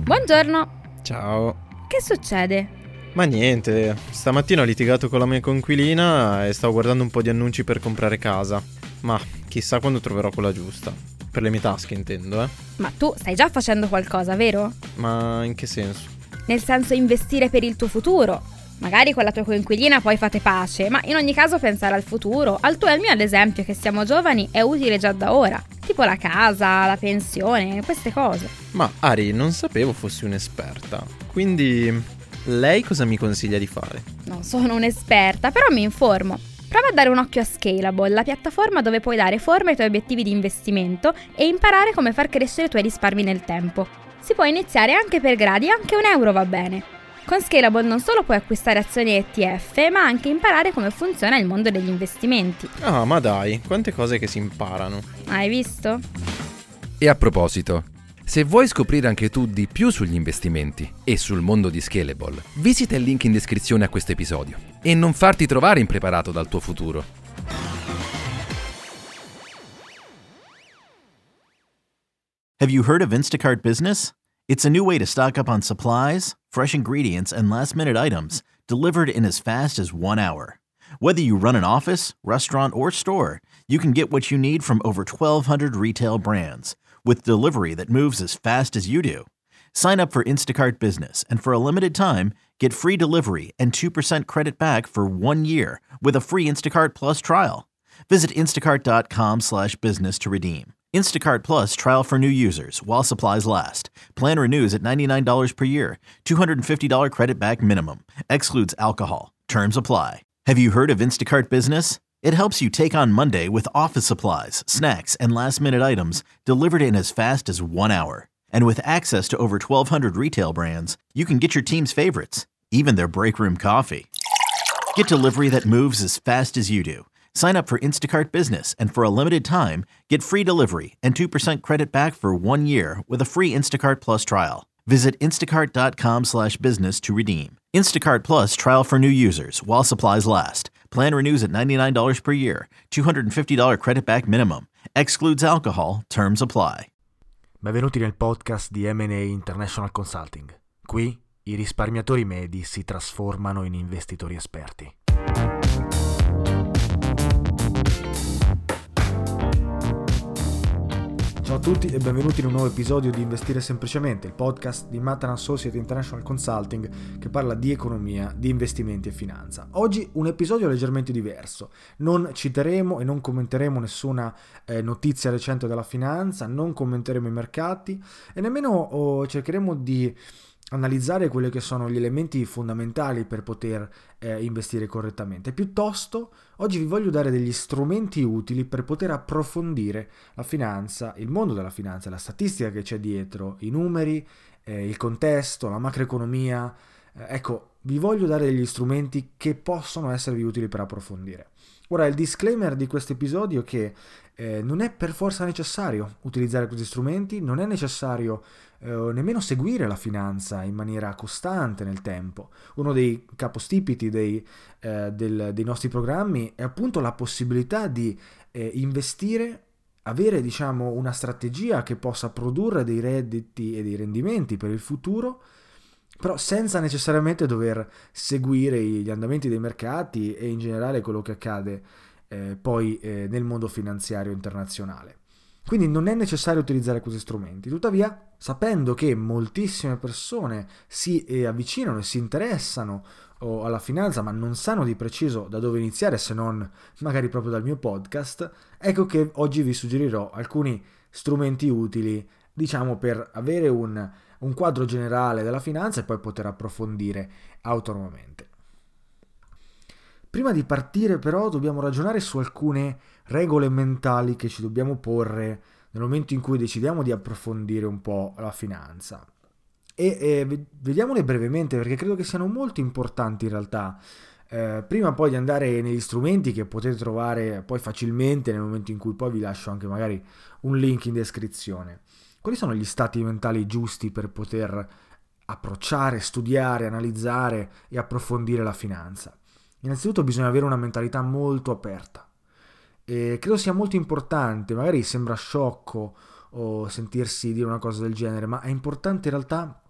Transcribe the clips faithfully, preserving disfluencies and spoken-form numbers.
Buongiorno. Ciao. Che succede? Ma niente, stamattina ho litigato con la mia coinquilina e stavo guardando un po' di annunci per comprare casa. Ma chissà quando troverò quella giusta. Per le mie tasche intendo, eh. Ma tu stai già facendo qualcosa, vero? Ma in che senso? Nel senso investire per il tuo futuro. Magari con la tua coinquilina poi fate pace, ma in ogni caso pensare al futuro, al tuo e al mio ad esempio, che siamo giovani, è utile già da ora. Tipo la casa, la pensione, queste cose. Ma Ari, non sapevo fossi un'esperta. Quindi lei cosa mi consiglia di fare? Non sono un'esperta, però mi informo. Prova a dare un occhio a Scalable, la piattaforma dove puoi dare forma ai tuoi obiettivi di investimento e imparare come far crescere i tuoi risparmi nel tempo. Si può iniziare anche per gradi, anche un euro va bene. Con Scalable non solo puoi acquistare azioni E T F, ma anche imparare come funziona il mondo degli investimenti. Ah, ma dai, quante cose che si imparano. Hai visto? E a proposito, se vuoi scoprire anche tu di più sugli investimenti e sul mondo di Scalable, visita il link in descrizione a questo episodio e non farti trovare impreparato dal tuo futuro. Have you heard of Instacart Business? It's a new way to stock up on supplies, fresh ingredients, and last-minute items delivered in as fast as one hour. Whether you run an office, restaurant, or store, you can get what you need from over twelve hundred retail brands with delivery that moves as fast as you do. Sign up for Instacart Business and for a limited time, get free delivery and two percent credit back for one year with a free Instacart Plus trial. Visit instacart.com slash business to redeem. Instacart Plus trial for new users while supplies last. Plan renews at ninety-nine dollars per year. two hundred fifty dollars credit back minimum. Excludes alcohol. Terms apply. Have you heard of Instacart Business? It helps you take on Monday with office supplies, snacks, and last-minute items delivered in as fast as one hour. And with access to over twelve hundred retail brands, you can get your team's favorites, even their break room coffee. Get delivery that moves as fast as you do. Sign up for Instacart Business and for a limited time, get free delivery and two percent credit back for one year with a free Instacart Plus trial. Visit instacart.com slash business to redeem. Instacart Plus trial for new users while supplies last. Plan renews at ninety-nine dollars per year. two hundred fifty dollars credit back minimum. Excludes alcohol. Terms apply. Benvenuti nel podcast di M and A International Consulting. Qui i risparmiatori medi si trasformano in investitori esperti. Ciao a tutti e benvenuti in un nuovo episodio di Investire Semplicemente, il podcast di Matter Associates International Consulting che parla di economia, di investimenti e finanza. Oggi un episodio leggermente diverso. Non citeremo e non commenteremo nessuna eh, notizia recente della finanza, non commenteremo i mercati e nemmeno oh, cercheremo di analizzare quelli che sono gli elementi fondamentali per poter eh, investire correttamente. Piuttosto, oggi vi voglio dare degli strumenti utili per poter approfondire la finanza, il mondo della finanza, la statistica che c'è dietro, i numeri, eh, il contesto, la macroeconomia. Eh, ecco, vi voglio dare degli strumenti che possono esservi utili per approfondire. Ora, il disclaimer di questo episodio è che eh, non è per forza necessario utilizzare questi strumenti, non è necessario eh, nemmeno seguire la finanza in maniera costante nel tempo. Uno dei capostipiti dei, eh, del, dei nostri programmi è appunto la possibilità di eh, investire, avere diciamo una strategia che possa produrre dei redditi e dei rendimenti per il futuro, però senza necessariamente dover seguire gli andamenti dei mercati e in generale quello che accade eh, poi eh, nel mondo finanziario internazionale. Quindi non è necessario utilizzare questi strumenti. Tuttavia, sapendo che moltissime persone si eh, avvicinano e si interessano oh, alla finanza, ma non sanno di preciso da dove iniziare se non magari proprio dal mio podcast, ecco che oggi vi suggerirò alcuni strumenti utili, diciamo, per avere un un quadro generale della finanza e poi poter approfondire autonomamente. Prima di partire però dobbiamo ragionare su alcune regole mentali che ci dobbiamo porre nel momento in cui decidiamo di approfondire un po' la finanza. E eh, vediamole brevemente perché credo che siano molto importanti in realtà. Eh, prima poi di andare negli strumenti che potete trovare poi facilmente nel momento in cui poi vi lascio anche magari un link in descrizione. Quali sono gli stati mentali giusti per poter approcciare, studiare, analizzare e approfondire la finanza? Innanzitutto bisogna avere una mentalità molto aperta e credo sia molto importante, magari sembra sciocco o sentirsi dire una cosa del genere, ma è importante in realtà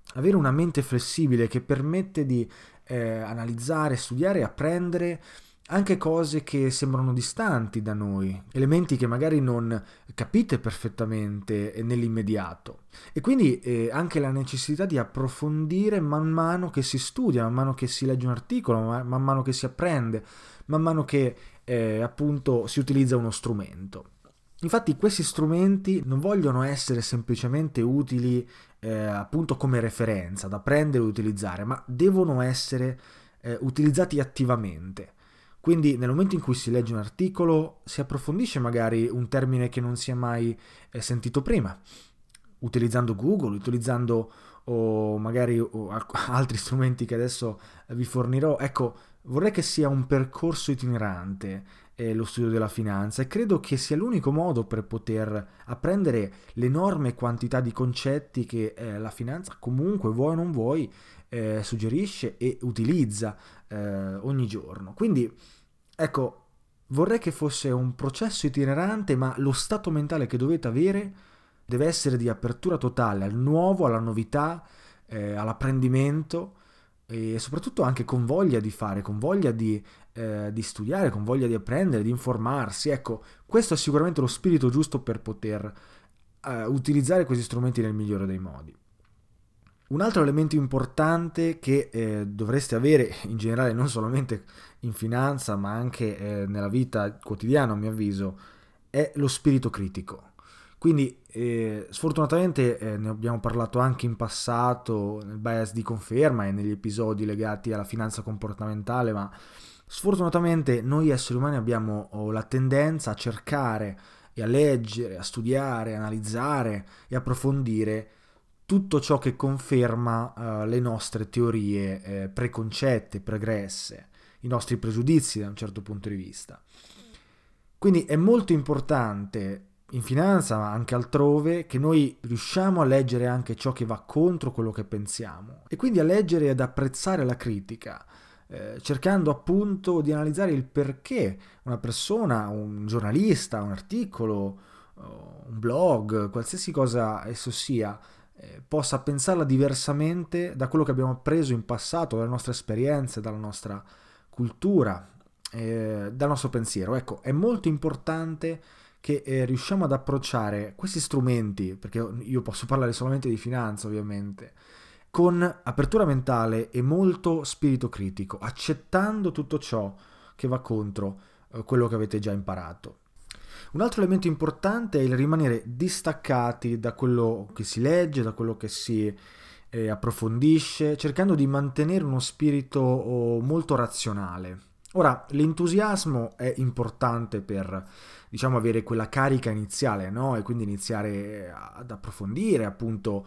avere una mente flessibile che permette di eh, analizzare, studiare e apprendere anche cose che sembrano distanti da noi, elementi che magari non capite perfettamente nell'immediato. E quindi eh, anche la necessità di approfondire man mano che si studia, man mano che si legge un articolo, man, man mano che si apprende, man mano che eh, appunto si utilizza uno strumento. Infatti questi strumenti non vogliono essere semplicemente utili eh, appunto come referenza da prendere e utilizzare, ma devono essere eh, utilizzati attivamente. Quindi nel momento in cui si legge un articolo si approfondisce magari un termine che non si è mai eh, sentito prima, utilizzando Google, utilizzando o magari o altri strumenti che adesso vi fornirò. Ecco, vorrei che sia un percorso itinerante eh, lo studio della finanza, e credo che sia l'unico modo per poter apprendere l'enorme quantità di concetti che eh, la finanza comunque, vuoi o non vuoi, eh, suggerisce e utilizza eh, ogni giorno. Quindi ecco, vorrei che fosse un processo itinerante, ma lo stato mentale che dovete avere deve essere di apertura totale al nuovo, alla novità, eh, all'apprendimento, e soprattutto anche con voglia di fare, con voglia di, eh, di studiare, con voglia di apprendere, di informarsi. Ecco, questo è sicuramente lo spirito giusto per poter eh, utilizzare questi strumenti nel migliore dei modi. Un altro elemento importante che eh, dovreste avere in generale, non solamente in finanza ma anche eh, nella vita quotidiana, a mio avviso, è lo spirito critico. Quindi eh, sfortunatamente eh, ne abbiamo parlato anche in passato nel bias di conferma e negli episodi legati alla finanza comportamentale, ma sfortunatamente noi esseri umani abbiamo oh, la tendenza a cercare e a leggere, a studiare, a analizzare e approfondire tutto ciò che conferma uh, le nostre teorie eh, preconcette, pregresse, i nostri pregiudizi da un certo punto di vista. Quindi è molto importante in finanza, ma anche altrove, che noi riusciamo a leggere anche ciò che va contro quello che pensiamo, e quindi a leggere e ad apprezzare la critica, eh, cercando appunto di analizzare il perché una persona, un giornalista, un articolo, un blog, qualsiasi cosa esso sia, eh, possa pensarla diversamente da quello che abbiamo appreso in passato, dalle nostre esperienze, dalla nostra cultura, eh, dal nostro pensiero. Ecco, è molto importante che eh, riusciamo ad approcciare questi strumenti, perché io posso parlare solamente di finanza ovviamente, con apertura mentale e molto spirito critico, accettando tutto ciò che va contro eh, quello che avete già imparato. Un altro elemento importante è il rimanere distaccati da quello che si legge, da quello che si eh, approfondisce, cercando di mantenere uno spirito oh, molto razionale. Ora, l'entusiasmo è importante per, diciamo, avere quella carica iniziale, no? E quindi iniziare ad approfondire, appunto,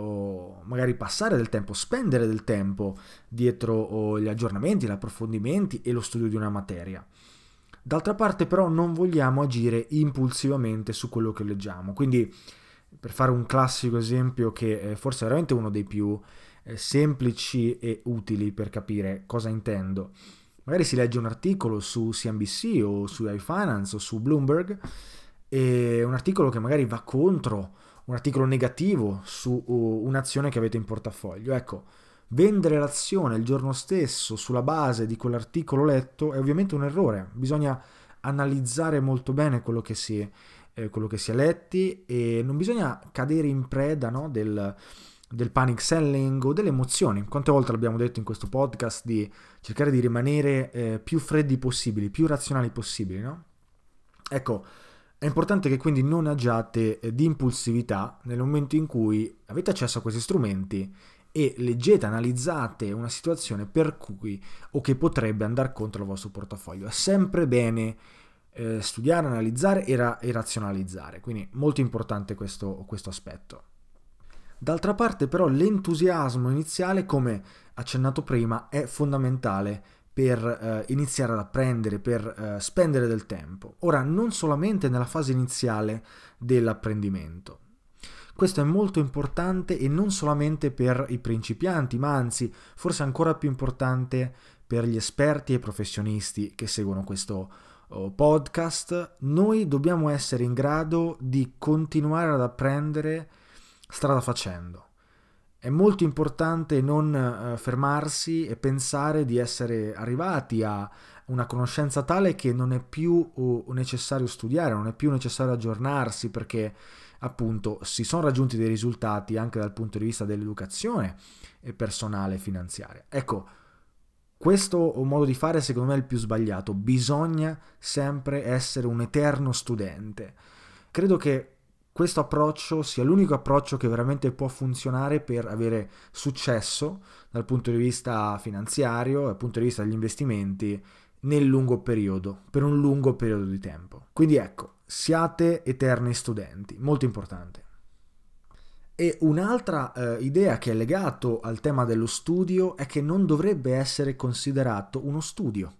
o magari passare del tempo, spendere del tempo dietro o gli aggiornamenti, gli approfondimenti e lo studio di una materia. D'altra parte però non vogliamo agire impulsivamente su quello che leggiamo. Quindi, per fare un classico esempio che è forse veramente uno dei più eh, semplici e utili per capire cosa intendo, magari si legge un articolo su C N B C o su iFinance o su Bloomberg, e un articolo che magari va contro, un articolo negativo su un'azione che avete in portafoglio. Ecco, vendere l'azione il giorno stesso sulla base di quell'articolo letto è ovviamente un errore. Bisogna analizzare molto bene quello che si, eh, quello che si è letti, e non bisogna cadere in preda, no, del... del panic selling o delle emozioni. Quante volte l'abbiamo detto in questo podcast di cercare di rimanere eh, più freddi possibili, più razionali possibili, no? Ecco, è importante che quindi non agiate eh, di impulsività nel momento in cui avete accesso a questi strumenti e leggete, analizzate una situazione per cui o che potrebbe andare contro il vostro portafoglio. È sempre bene eh, studiare, analizzare e, ra- e razionalizzare, quindi molto importante questo, questo aspetto. D'altra parte però l'entusiasmo iniziale, come accennato prima, è fondamentale per eh, iniziare ad apprendere, per eh, spendere del tempo. Ora, non solamente nella fase iniziale dell'apprendimento. Questo è molto importante e non solamente per i principianti, ma anzi forse ancora più importante per gli esperti e professionisti che seguono questo oh, podcast. Noi dobbiamo essere in grado di continuare ad apprendere strada facendo, È molto importante non eh, fermarsi e pensare di essere arrivati a una conoscenza tale che non è più uh, necessario studiare, non è più necessario aggiornarsi, perché appunto si sono raggiunti dei risultati anche dal punto di vista dell'educazione personale e finanziaria. Ecco, questo modo di fare secondo me è il più sbagliato. Bisogna sempre essere un eterno studente. Credo che questo approccio sia l'unico approccio che veramente può funzionare per avere successo dal punto di vista finanziario, dal punto di vista degli investimenti nel lungo periodo, per un lungo periodo di tempo. Quindi ecco, siate eterni studenti, molto importante. E un'altra eh, idea che è legato al tema dello studio è che non dovrebbe essere considerato uno studio.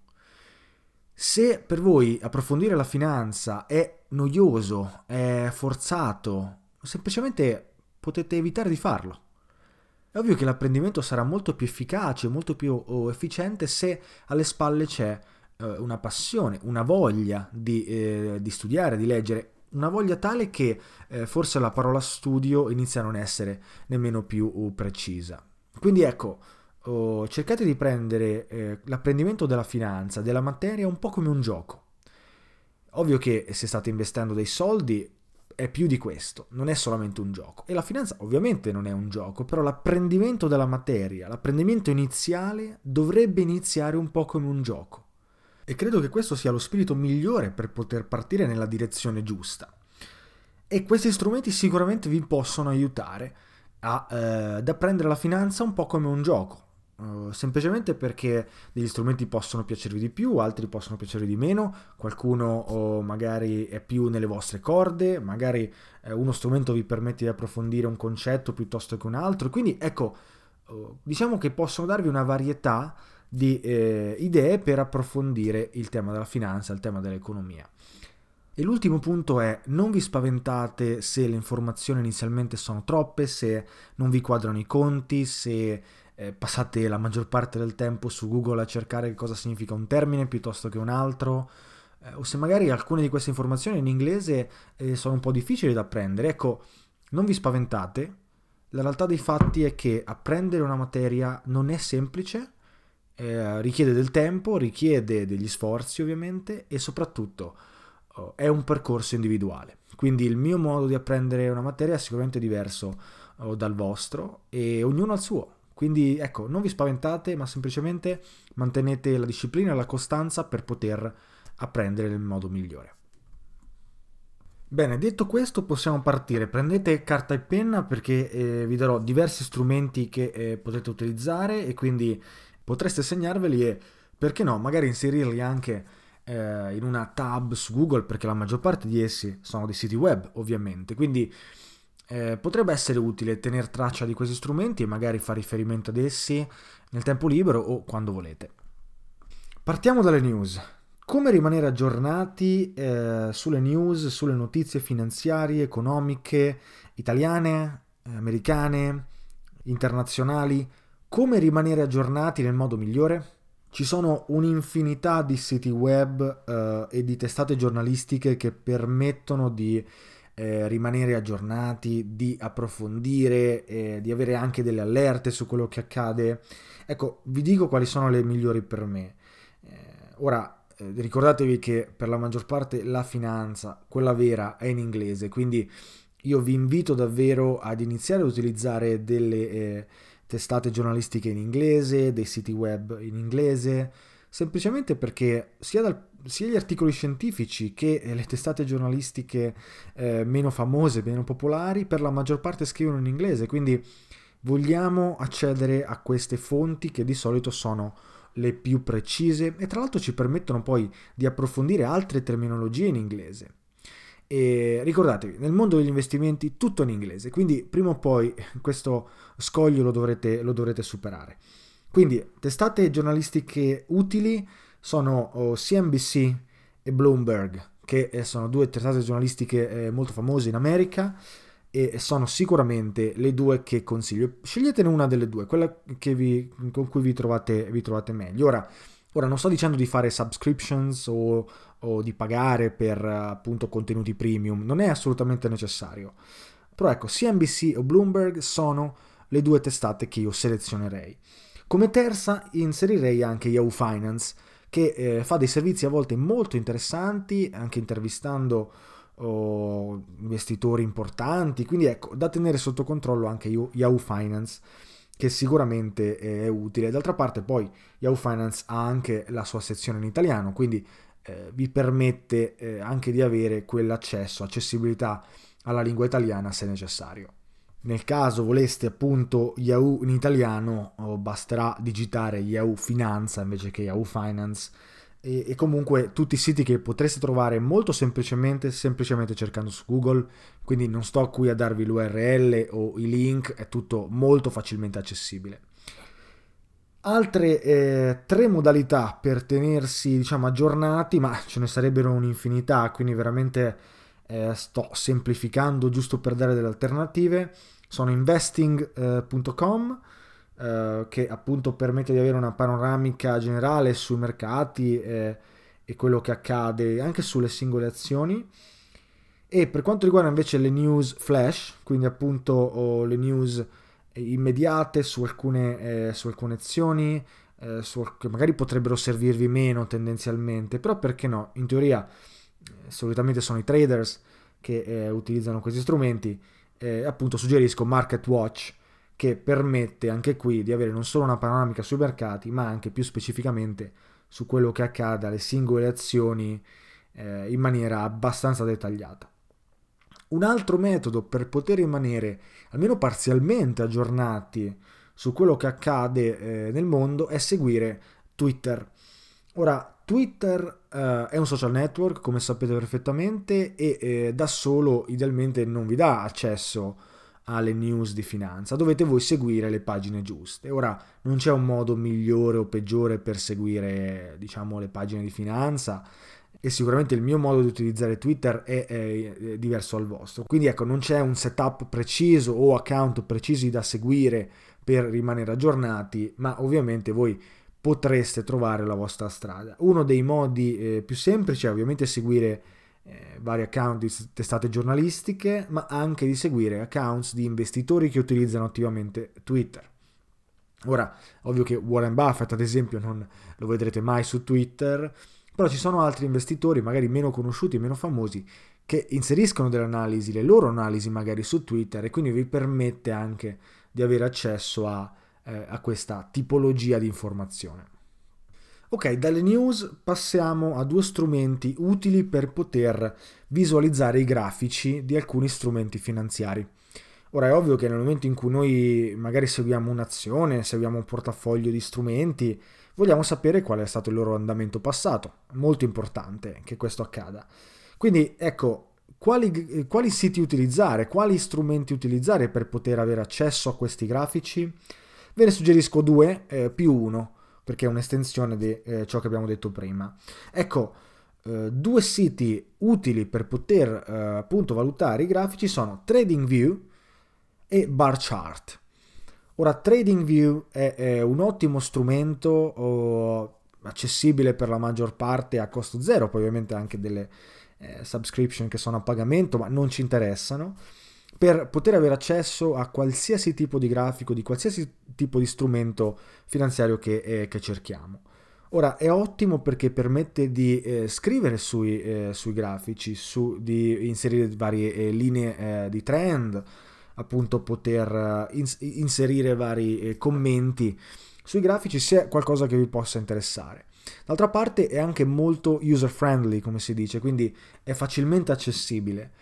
Se per voi approfondire la finanza è noioso, è forzato, semplicemente potete evitare di farlo. È ovvio che l'apprendimento sarà molto più efficace, molto più efficiente se alle spalle c'è eh, una passione, una voglia di, eh, di studiare, di leggere, una voglia tale che eh, forse la parola studio inizia a non essere nemmeno più precisa. Quindi ecco, Oh, cercate di prendere eh, l'apprendimento della finanza, della materia, un po' come un gioco. Ovvio che se state investendo dei soldi è più di questo, non è solamente un gioco. E la finanza ovviamente non è un gioco, però l'apprendimento della materia, l'apprendimento iniziale dovrebbe iniziare un po' come un gioco. E credo che questo sia lo spirito migliore per poter partire nella direzione giusta. E questi strumenti sicuramente vi possono aiutare a, eh, ad apprendere la finanza un po' come un gioco. Uh, semplicemente perché degli strumenti possono piacervi di più, altri possono piacervi di meno, qualcuno oh, magari è più nelle vostre corde, magari eh, uno strumento vi permette di approfondire un concetto piuttosto che un altro, quindi ecco, uh, diciamo che possono darvi una varietà di eh, idee per approfondire il tema della finanza, il tema dell'economia. E l'ultimo punto è: non vi spaventate se le informazioni inizialmente sono troppe, se non vi quadrano i conti, se eh, passate la maggior parte del tempo su Google a cercare cosa significa un termine piuttosto che un altro, eh, o se magari alcune di queste informazioni in inglese eh, sono un po' difficili da apprendere. Ecco, non vi spaventate, la realtà dei fatti è che apprendere una materia non è semplice, eh, richiede del tempo, richiede degli sforzi ovviamente, e soprattutto è un percorso individuale. Quindi il mio modo di apprendere una materia è sicuramente diverso oh, dal vostro, e ognuno ha il suo. Quindi ecco, non vi spaventate, ma semplicemente mantenete la disciplina e la costanza per poter apprendere nel modo migliore. Bene, detto questo possiamo partire. Prendete carta e penna, perché eh, vi darò diversi strumenti che eh, potete utilizzare, e quindi potreste segnarveli e, perché no, magari inserirli anche eh, in una tab su Google, perché la maggior parte di essi sono dei siti web ovviamente, quindi eh, potrebbe essere utile tenere traccia di questi strumenti e magari fare riferimento ad essi nel tempo libero o quando volete. Partiamo dalle news. Come rimanere aggiornati eh, sulle news, sulle notizie finanziarie, economiche, italiane, americane, internazionali? Come rimanere aggiornati nel modo migliore? Ci sono un'infinità di siti web eh, e di testate giornalistiche che permettono di eh, rimanere aggiornati, di approfondire, eh, di avere anche delle allerte su quello che accade. Ecco, vi dico quali sono le migliori per me. Eh, ora, eh, ricordatevi che per la maggior parte la finanza, quella vera, è in inglese, quindi io vi invito davvero ad iniziare ad utilizzare delle eh, testate giornalistiche in inglese, dei siti web in inglese, semplicemente perché sia, dal, sia gli articoli scientifici che le testate giornalistiche eh, meno famose, meno popolari, per la maggior parte scrivono in inglese, quindi vogliamo accedere a queste fonti che di solito sono le più precise e tra l'altro ci permettono poi di approfondire altre terminologie in inglese. E ricordatevi, nel mondo degli investimenti tutto è in inglese, quindi prima o poi questo scoglio lo dovrete, lo dovrete superare. Quindi testate giornalistiche utili sono oh, C N B C e Bloomberg, che sono due testate giornalistiche eh, molto famose in America e sono sicuramente le due che consiglio. Sceglietene una delle due, quella che vi, con cui vi trovate, vi trovate meglio. Ora, ora non sto dicendo di fare subscriptions o, o di pagare per appunto contenuti premium, non è assolutamente necessario. Però ecco, C N B C o Bloomberg sono le due testate che io selezionerei. Come terza inserirei anche Yahoo Finance, che eh, fa dei servizi a volte molto interessanti, anche intervistando oh, investitori importanti, quindi ecco, da tenere sotto controllo anche Yahoo Finance, che sicuramente è utile. D'altra parte poi Yahoo Finance ha anche la sua sezione in italiano, quindi eh, vi permette eh, anche di avere quell'accesso, accessibilità alla lingua italiana se necessario. Nel caso voleste appunto Yahoo in italiano, basterà digitare Yahoo Finanza invece che Yahoo Finance, e, e comunque tutti i siti che potreste trovare molto semplicemente, semplicemente cercando su Google, quindi non sto qui a darvi l'U R L o i link, è tutto molto facilmente accessibile. Altre eh, tre modalità per tenersi, diciamo, aggiornati, ma ce ne sarebbero un'infinità, quindi veramente eh, sto semplificando giusto per dare delle alternative. Sono investing punto com, eh, che appunto permette di avere una panoramica generale sui mercati eh, e quello che accade anche sulle singole azioni. E per quanto riguarda invece le news flash, quindi appunto oh, le news immediate su alcune, eh, su alcune azioni, eh, su, che magari potrebbero servirvi meno tendenzialmente, però perché no? In teoria eh, solitamente sono i traders che eh, utilizzano questi strumenti. Eh, appunto suggerisco Market Watch, che permette anche qui di avere non solo una panoramica sui mercati, ma anche più specificamente su quello che accade alle singole azioni eh, in maniera abbastanza dettagliata. Un altro metodo per poter rimanere almeno parzialmente aggiornati su quello che accade eh, nel mondo è seguire Twitter. Ora, Twitter eh, è un social network, come sapete perfettamente, e eh, da solo idealmente non vi dà accesso alle news di finanza, dovete voi seguire le pagine giuste. Ora, non c'è un modo migliore o peggiore per seguire, diciamo, le pagine di finanza, e sicuramente il mio modo di utilizzare Twitter è, è, è diverso dal vostro. Quindi ecco, non c'è un setup preciso o account precisi da seguire per rimanere aggiornati, ma ovviamente voi potreste trovare la vostra strada. Uno dei modi eh, più semplici è ovviamente seguire eh, vari account di testate giornalistiche, ma anche di seguire accounts di investitori che utilizzano attivamente Twitter. Ora, ovvio che Warren Buffett, ad esempio, non lo vedrete mai su Twitter, però ci sono altri investitori, magari meno conosciuti, meno famosi, che inseriscono delle analisi, le loro analisi magari su Twitter, e quindi vi permette anche di avere accesso a Eh, a questa tipologia di informazione. Ok, dalle news passiamo a due strumenti utili per poter visualizzare i grafici di alcuni strumenti finanziari. Ora è ovvio che nel momento in cui noi magari seguiamo un'azione, seguiamo un portafoglio di strumenti, vogliamo sapere qual è stato il loro andamento passato. È molto importante che questo accada. Quindi ecco, quali, quali siti utilizzare, quali strumenti utilizzare per poter avere accesso a questi grafici? Ve ne suggerisco due eh, più uno, perché è un'estensione di eh, ciò che abbiamo detto prima. Ecco, eh, due siti utili per poter eh, appunto valutare i grafici sono TradingView e Barchart. Ora, TradingView è, è un ottimo strumento oh, accessibile per la maggior parte a costo zero, poi ovviamente anche delle eh, subscription che sono a pagamento, ma non ci interessano, per poter avere accesso a qualsiasi tipo di grafico, di qualsiasi tipo di strumento finanziario che, eh, che cerchiamo. Ora, è ottimo perché permette di eh, scrivere sui, eh, sui grafici, su, di inserire varie eh, linee eh, di trend, appunto poter eh, ins- inserire vari eh, commenti sui grafici se è qualcosa che vi possa interessare. D'altra parte è anche molto user friendly, come si dice, quindi è facilmente accessibile.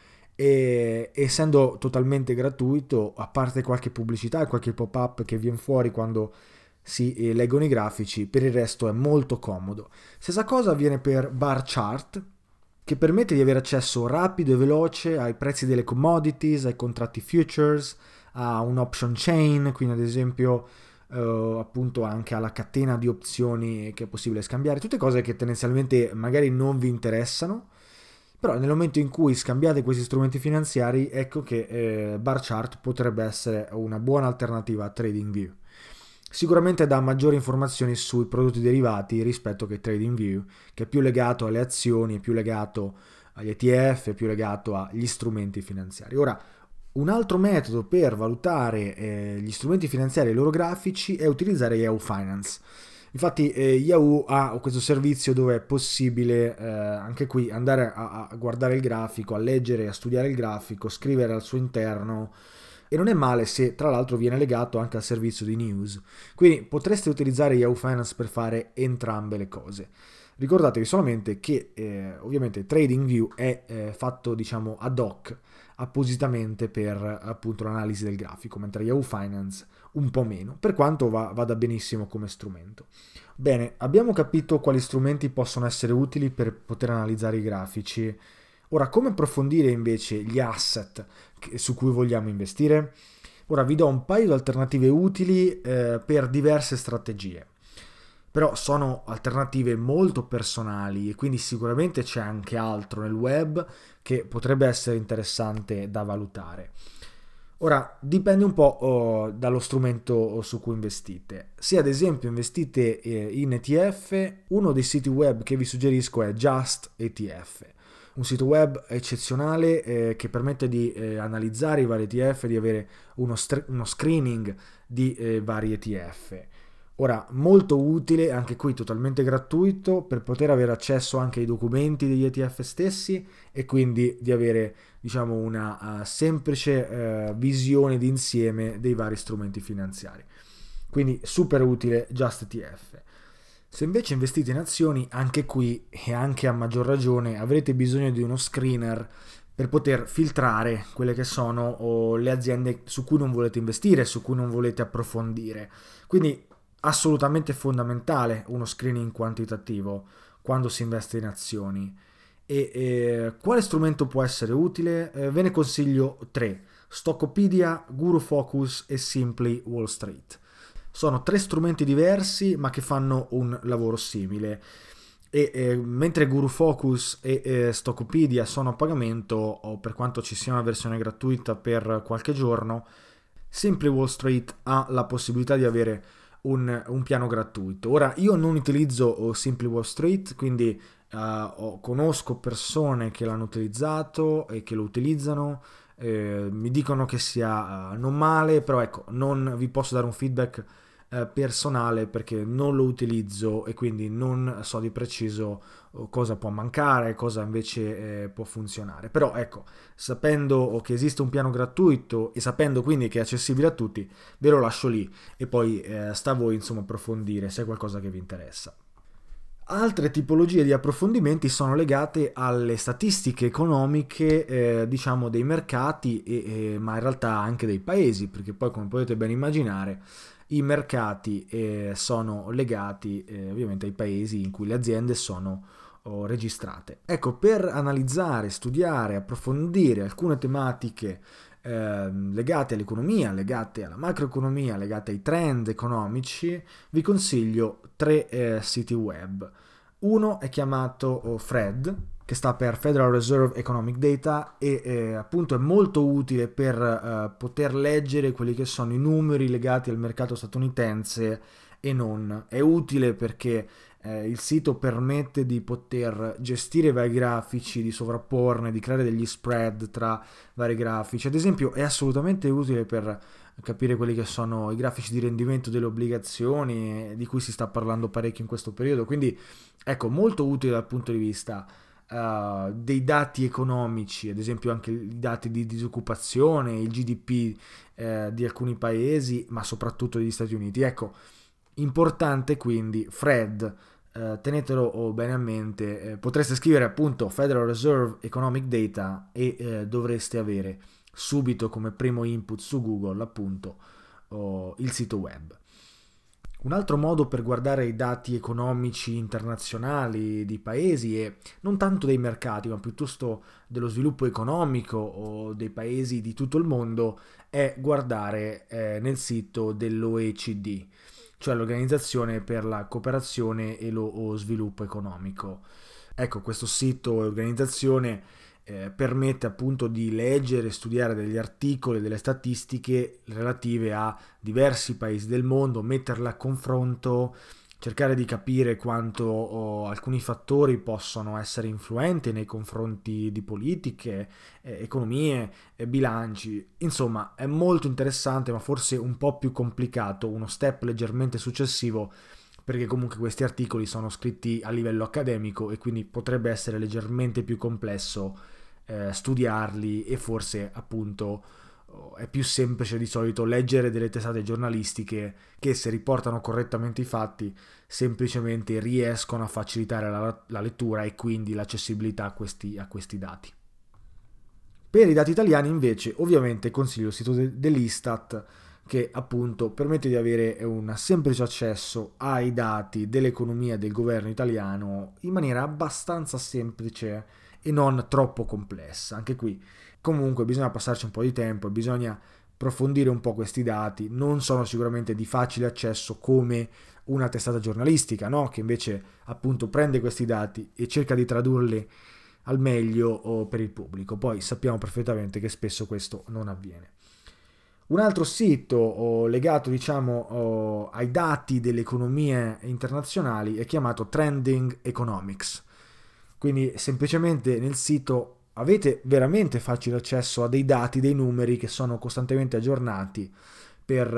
E essendo totalmente gratuito, a parte qualche pubblicità e qualche pop-up che viene fuori quando si eh, leggono i grafici, per il resto è molto comodo. Stessa cosa avviene per Barchart, che permette di avere accesso rapido e veloce ai prezzi delle commodities, ai contratti futures, a un option chain, quindi ad esempio eh, appunto anche alla catena di opzioni che è possibile scambiare, tutte cose che tendenzialmente magari non vi interessano. Però nel momento in cui scambiate questi strumenti finanziari, ecco che eh, Barchart potrebbe essere una buona alternativa a TradingView. Sicuramente dà maggiori informazioni sui prodotti derivati rispetto che TradingView, che è più legato alle azioni, è più legato agli E T F, è più legato agli strumenti finanziari. Ora, Un altro metodo per valutare eh, gli strumenti finanziari e i loro grafici è utilizzare Yahoo Finance. Infatti eh, Yahoo ha questo servizio dove è possibile eh, anche qui andare a, a guardare il grafico, a leggere, a studiare il grafico, scrivere al suo interno, e non è male se tra l'altro viene legato anche al servizio di news. Quindi potreste utilizzare Yahoo Finance per fare entrambe le cose. Ricordatevi solamente che eh, ovviamente TradingView è eh, fatto diciamo ad hoc, appositamente per appunto l'analisi del grafico, mentre Yahoo Finance un po' meno, per quanto va, vada benissimo come strumento. Bene, abbiamo capito quali strumenti possono essere utili per poter analizzare i grafici. Ora, come approfondire invece gli asset che, su cui vogliamo investire? Ora vi do un paio di alternative utili eh, per diverse strategie. Però sono alternative molto personali e quindi sicuramente c'è anche altro nel web che potrebbe essere interessante da valutare. Ora, dipende un po' oh, dallo strumento su cui investite. Se ad esempio investite eh, in E T F, uno dei siti web che vi suggerisco è Just E T F. Un sito web eccezionale eh, che permette di eh, analizzare i vari E T F, di avere uno, str- uno screening di eh, vari E T F. Ora, molto utile, anche qui totalmente gratuito, per poter avere accesso anche ai documenti degli E T F stessi e quindi di avere, diciamo, una uh, semplice uh, visione d'insieme dei vari strumenti finanziari. Quindi super utile Just E T F. Se invece investite in azioni, anche qui e anche a maggior ragione avrete bisogno di uno screener per poter filtrare quelle che sono oh, le aziende su cui non volete investire, su cui non volete approfondire. Quindi assolutamente fondamentale uno screening quantitativo quando si investe in azioni. E eh, quale strumento può essere utile? Eh, ve ne consiglio tre: Stockopedia, GuruFocus e Simply Wall Street. Sono tre strumenti diversi ma che fanno un lavoro simile. E eh, mentre GuruFocus e eh, Stockopedia sono a pagamento, o per quanto ci sia una versione gratuita per qualche giorno, Simply Wall Street ha la possibilità di avere Un, un piano gratuito. Ora, io non utilizzo Simply Wall Street, quindi uh, ho, conosco persone che l'hanno utilizzato e che lo utilizzano, eh, mi dicono che sia uh, non male, però ecco, non vi posso dare un feedback uh, personale perché non lo utilizzo e quindi non so di preciso uh, cosa può mancare, cosa invece eh, può funzionare. Però ecco, sapendo che esiste un piano gratuito e sapendo quindi che è accessibile a tutti, ve lo lascio lì e poi eh, sta a voi insomma approfondire se è qualcosa che vi interessa. Altre tipologie di approfondimenti sono legate alle statistiche economiche eh, diciamo dei mercati e, e, ma in realtà anche dei paesi, perché poi come potete ben immaginare i mercati eh, sono legati eh, ovviamente ai paesi in cui le aziende sono oh, registrate. Ecco, per analizzare, studiare, approfondire alcune tematiche eh, legate all'economia, legate alla macroeconomia, legate ai trend economici, vi consiglio tre eh, siti web. Uno è chiamato oh, Fred, che sta per Federal Reserve Economic Data e eh, appunto è molto utile per eh, poter leggere quelli che sono i numeri legati al mercato statunitense e non. È utile perché eh, il sito permette di poter gestire vari grafici, di sovrapporne, di creare degli spread tra vari grafici. Ad esempio è assolutamente utile per capire quelli che sono i grafici di rendimento delle obbligazioni, di cui si sta parlando parecchio in questo periodo, quindi ecco, molto utile dal punto di vista uh, dei dati economici, ad esempio anche i dati di disoccupazione, il G D P uh, di alcuni paesi, ma soprattutto degli Stati Uniti. Ecco, importante quindi Fred, uh, tenetelo bene a mente, uh, potreste scrivere appunto Federal Reserve Economic Data e uh, dovreste avere subito come primo input su Google appunto oh, il sito web. Un altro modo per guardare i dati economici internazionali di paesi e non tanto dei mercati ma piuttosto dello sviluppo economico o dei paesi di tutto il mondo è guardare eh, nel sito dell'O E C D, cioè l'Organizzazione per la Cooperazione e lo Sviluppo Economico. Ecco, questo sito e organizzazione Eh, permette appunto di leggere e studiare degli articoli, delle statistiche relative a diversi paesi del mondo, metterle a confronto, cercare di capire quanto oh, alcuni fattori possono essere influenti nei confronti di politiche, eh, economie, eh, bilanci. Insomma, è molto interessante, ma forse un po' più complicato, uno step leggermente successivo, perché comunque questi articoli sono scritti a livello accademico e quindi potrebbe essere leggermente più complesso eh, studiarli, e forse appunto è più semplice di solito leggere delle testate giornalistiche che, se riportano correttamente i fatti, semplicemente riescono a facilitare la, la lettura e quindi l'accessibilità a questi, a questi dati. Per i dati italiani invece ovviamente consiglio il sito de, dell'Istat, che appunto permette di avere un semplice accesso ai dati dell'economia del governo italiano in maniera abbastanza semplice e non troppo complessa. Anche qui comunque bisogna passarci un po' di tempo e bisogna approfondire un po' questi dati. Non sono sicuramente di facile accesso come una testata giornalistica, no? Che invece appunto prende questi dati e cerca di tradurli al meglio per il pubblico. Poi sappiamo perfettamente che spesso questo non avviene. Un altro sito oh, legato diciamo oh, ai dati delle economie internazionali è chiamato Trending Economics. Quindi semplicemente nel sito avete veramente facile accesso a dei dati, dei numeri che sono costantemente aggiornati per,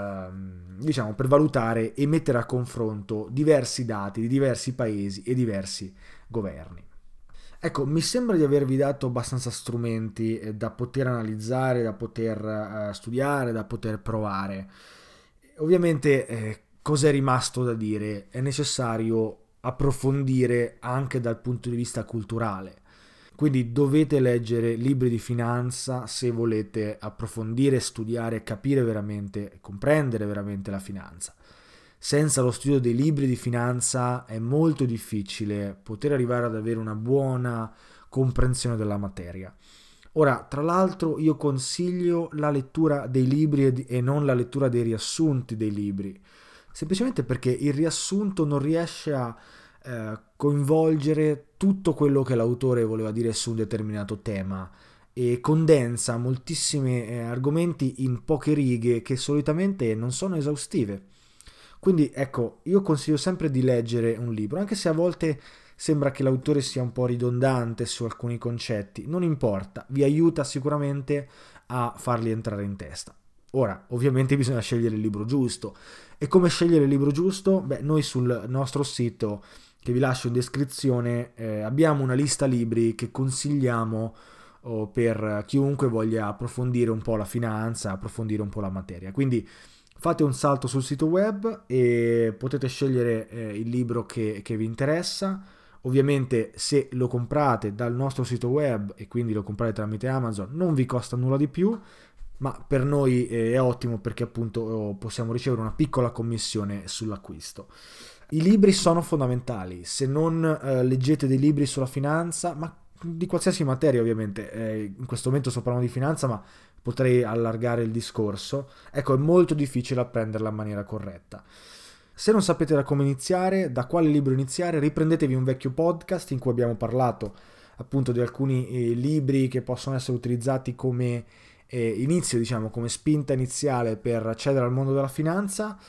ehm, diciamo, per valutare e mettere a confronto diversi dati di diversi paesi e diversi governi. Ecco, mi sembra di avervi dato abbastanza strumenti eh, da poter analizzare, da poter eh, studiare, da poter provare. Ovviamente eh, cosa è rimasto da dire? È necessario approfondire anche dal punto di vista culturale. Quindi dovete leggere libri di finanza se volete approfondire, studiare, capire veramente, comprendere veramente la finanza. Senza lo studio dei libri di finanza è molto difficile poter arrivare ad avere una buona comprensione della materia. Ora, tra l'altro, io consiglio la lettura dei libri e non la lettura dei riassunti dei libri, semplicemente perché il riassunto non riesce a eh, coinvolgere tutto quello che l'autore voleva dire su un determinato tema e condensa moltissimi eh, argomenti in poche righe che solitamente non sono esaustive. Quindi ecco, io consiglio sempre di leggere un libro, anche se a volte sembra che l'autore sia un po' ridondante su alcuni concetti. Non importa, vi aiuta sicuramente a farli entrare in testa. Ora, ovviamente bisogna scegliere il libro giusto. E come scegliere il libro giusto? Beh, noi sul nostro sito, che vi lascio in descrizione, eh, abbiamo una lista libri che consigliamo oh, per chiunque voglia approfondire un po' la finanza, approfondire un po' la materia. Quindi fate un salto sul sito web e potete scegliere eh, il libro che, che vi interessa. Ovviamente se lo comprate dal nostro sito web e quindi lo comprate tramite Amazon non vi costa nulla di più, ma per noi è ottimo perché appunto possiamo ricevere una piccola commissione sull'acquisto. I libri sono fondamentali. Se non eh, leggete dei libri sulla finanza, ma di qualsiasi materia ovviamente, eh, in questo momento sto parlando di finanza ma potrei allargare il discorso, ecco, è molto difficile apprenderla in maniera corretta. Se non sapete da come iniziare, da quale libro iniziare, riprendetevi un vecchio podcast in cui abbiamo parlato appunto di alcuni eh, libri che possono essere utilizzati come eh, inizio, diciamo, come spinta iniziale per accedere al mondo della finanza.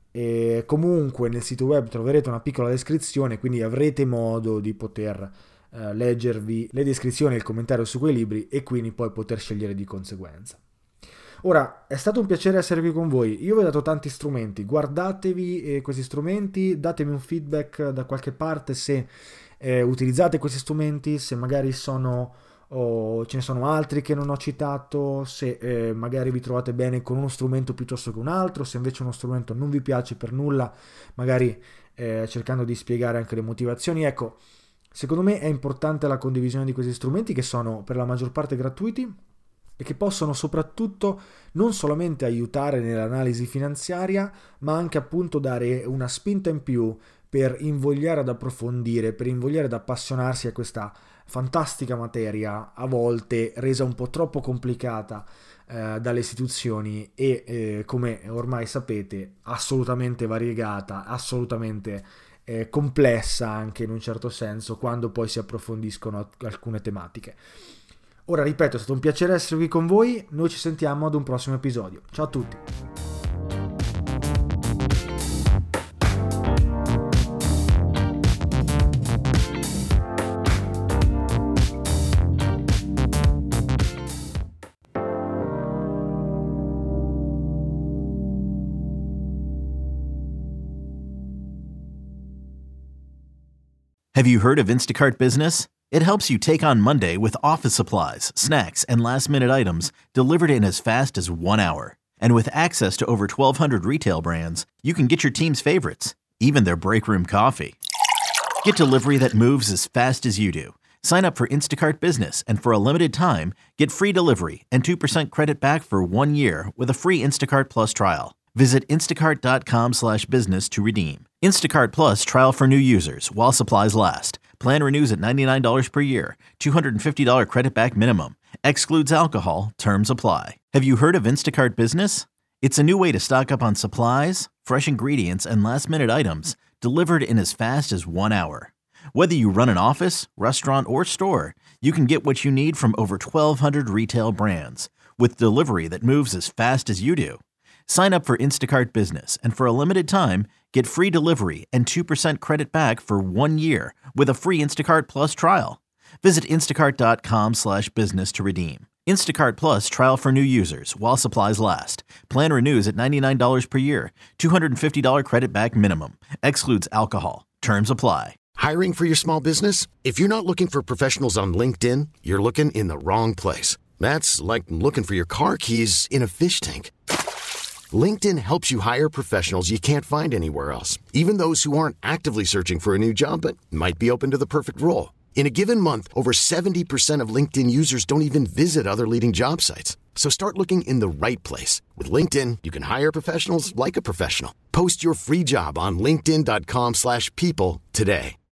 E comunque nel sito web troverete una piccola descrizione, quindi avrete modo di poter Uh, leggervi le descrizioni e il commentario su quei libri e quindi poi poter scegliere di conseguenza. Ora, è stato un piacere essere qui con voi. Io vi ho dato tanti strumenti, guardatevi eh, questi strumenti, datemi un feedback da qualche parte se eh, utilizzate questi strumenti, se magari sono o ce ne sono altri che non ho citato, se eh, magari vi trovate bene con uno strumento piuttosto che un altro, se invece uno strumento non vi piace per nulla, magari eh, cercando di spiegare anche le motivazioni. Ecco, secondo me è importante la condivisione di questi strumenti che sono per la maggior parte gratuiti e che possono soprattutto non solamente aiutare nell'analisi finanziaria, ma anche appunto dare una spinta in più per invogliare ad approfondire, per invogliare ad appassionarsi a questa fantastica materia, a volte resa un po' troppo complicata eh, dalle istituzioni e, eh, come ormai sapete, assolutamente variegata, assolutamente Eh, complessa anche in un certo senso quando poi si approfondiscono alcune tematiche. Ora ripeto, è stato un piacere essere qui con voi, noi ci sentiamo ad un prossimo episodio. Ciao a tutti! Have you heard of Instacart Business? It helps you take on Monday with office supplies, snacks, and last-minute items delivered in as fast as one hour. And with access to over twelve hundred retail brands, you can get your team's favorites, even their break room coffee. Get delivery that moves as fast as you do. Sign up for Instacart Business, and for a limited time, get free delivery and two percent credit back for one year with a free Instacart Plus trial. Visit instacart.com slash business to redeem. Instacart Plus trial for new users while supplies last. Plan renews at ninety-nine dollars per year. two hundred fifty dollars credit back minimum. Excludes alcohol. Terms apply. Have you heard of Instacart Business? It's a new way to stock up on supplies, fresh ingredients, and last-minute items delivered in as fast as one hour. Whether you run an office, restaurant, or store, you can get what you need from over twelve hundred retail brands with delivery that moves as fast as you do. Sign up for Instacart Business, and for a limited time, get free delivery and two percent credit back for one year with a free Instacart Plus trial. Visit instacart.com slash business to redeem. Instacart Plus trial for new users while supplies last. Plan renews at ninety-nine dollars per year. two hundred fifty dollars credit back minimum. Excludes alcohol. Terms apply. Hiring for your small business? If you're not looking for professionals on LinkedIn, you're looking in the wrong place. That's like looking for your car keys in a fish tank. LinkedIn helps you hire professionals you can't find anywhere else, even those who aren't actively searching for a new job but might be open to the perfect role. In a given month, over seventy percent of LinkedIn users don't even visit other leading job sites. So start looking in the right place. With LinkedIn, you can hire professionals like a professional. Post your free job on linkedin.com slash people today.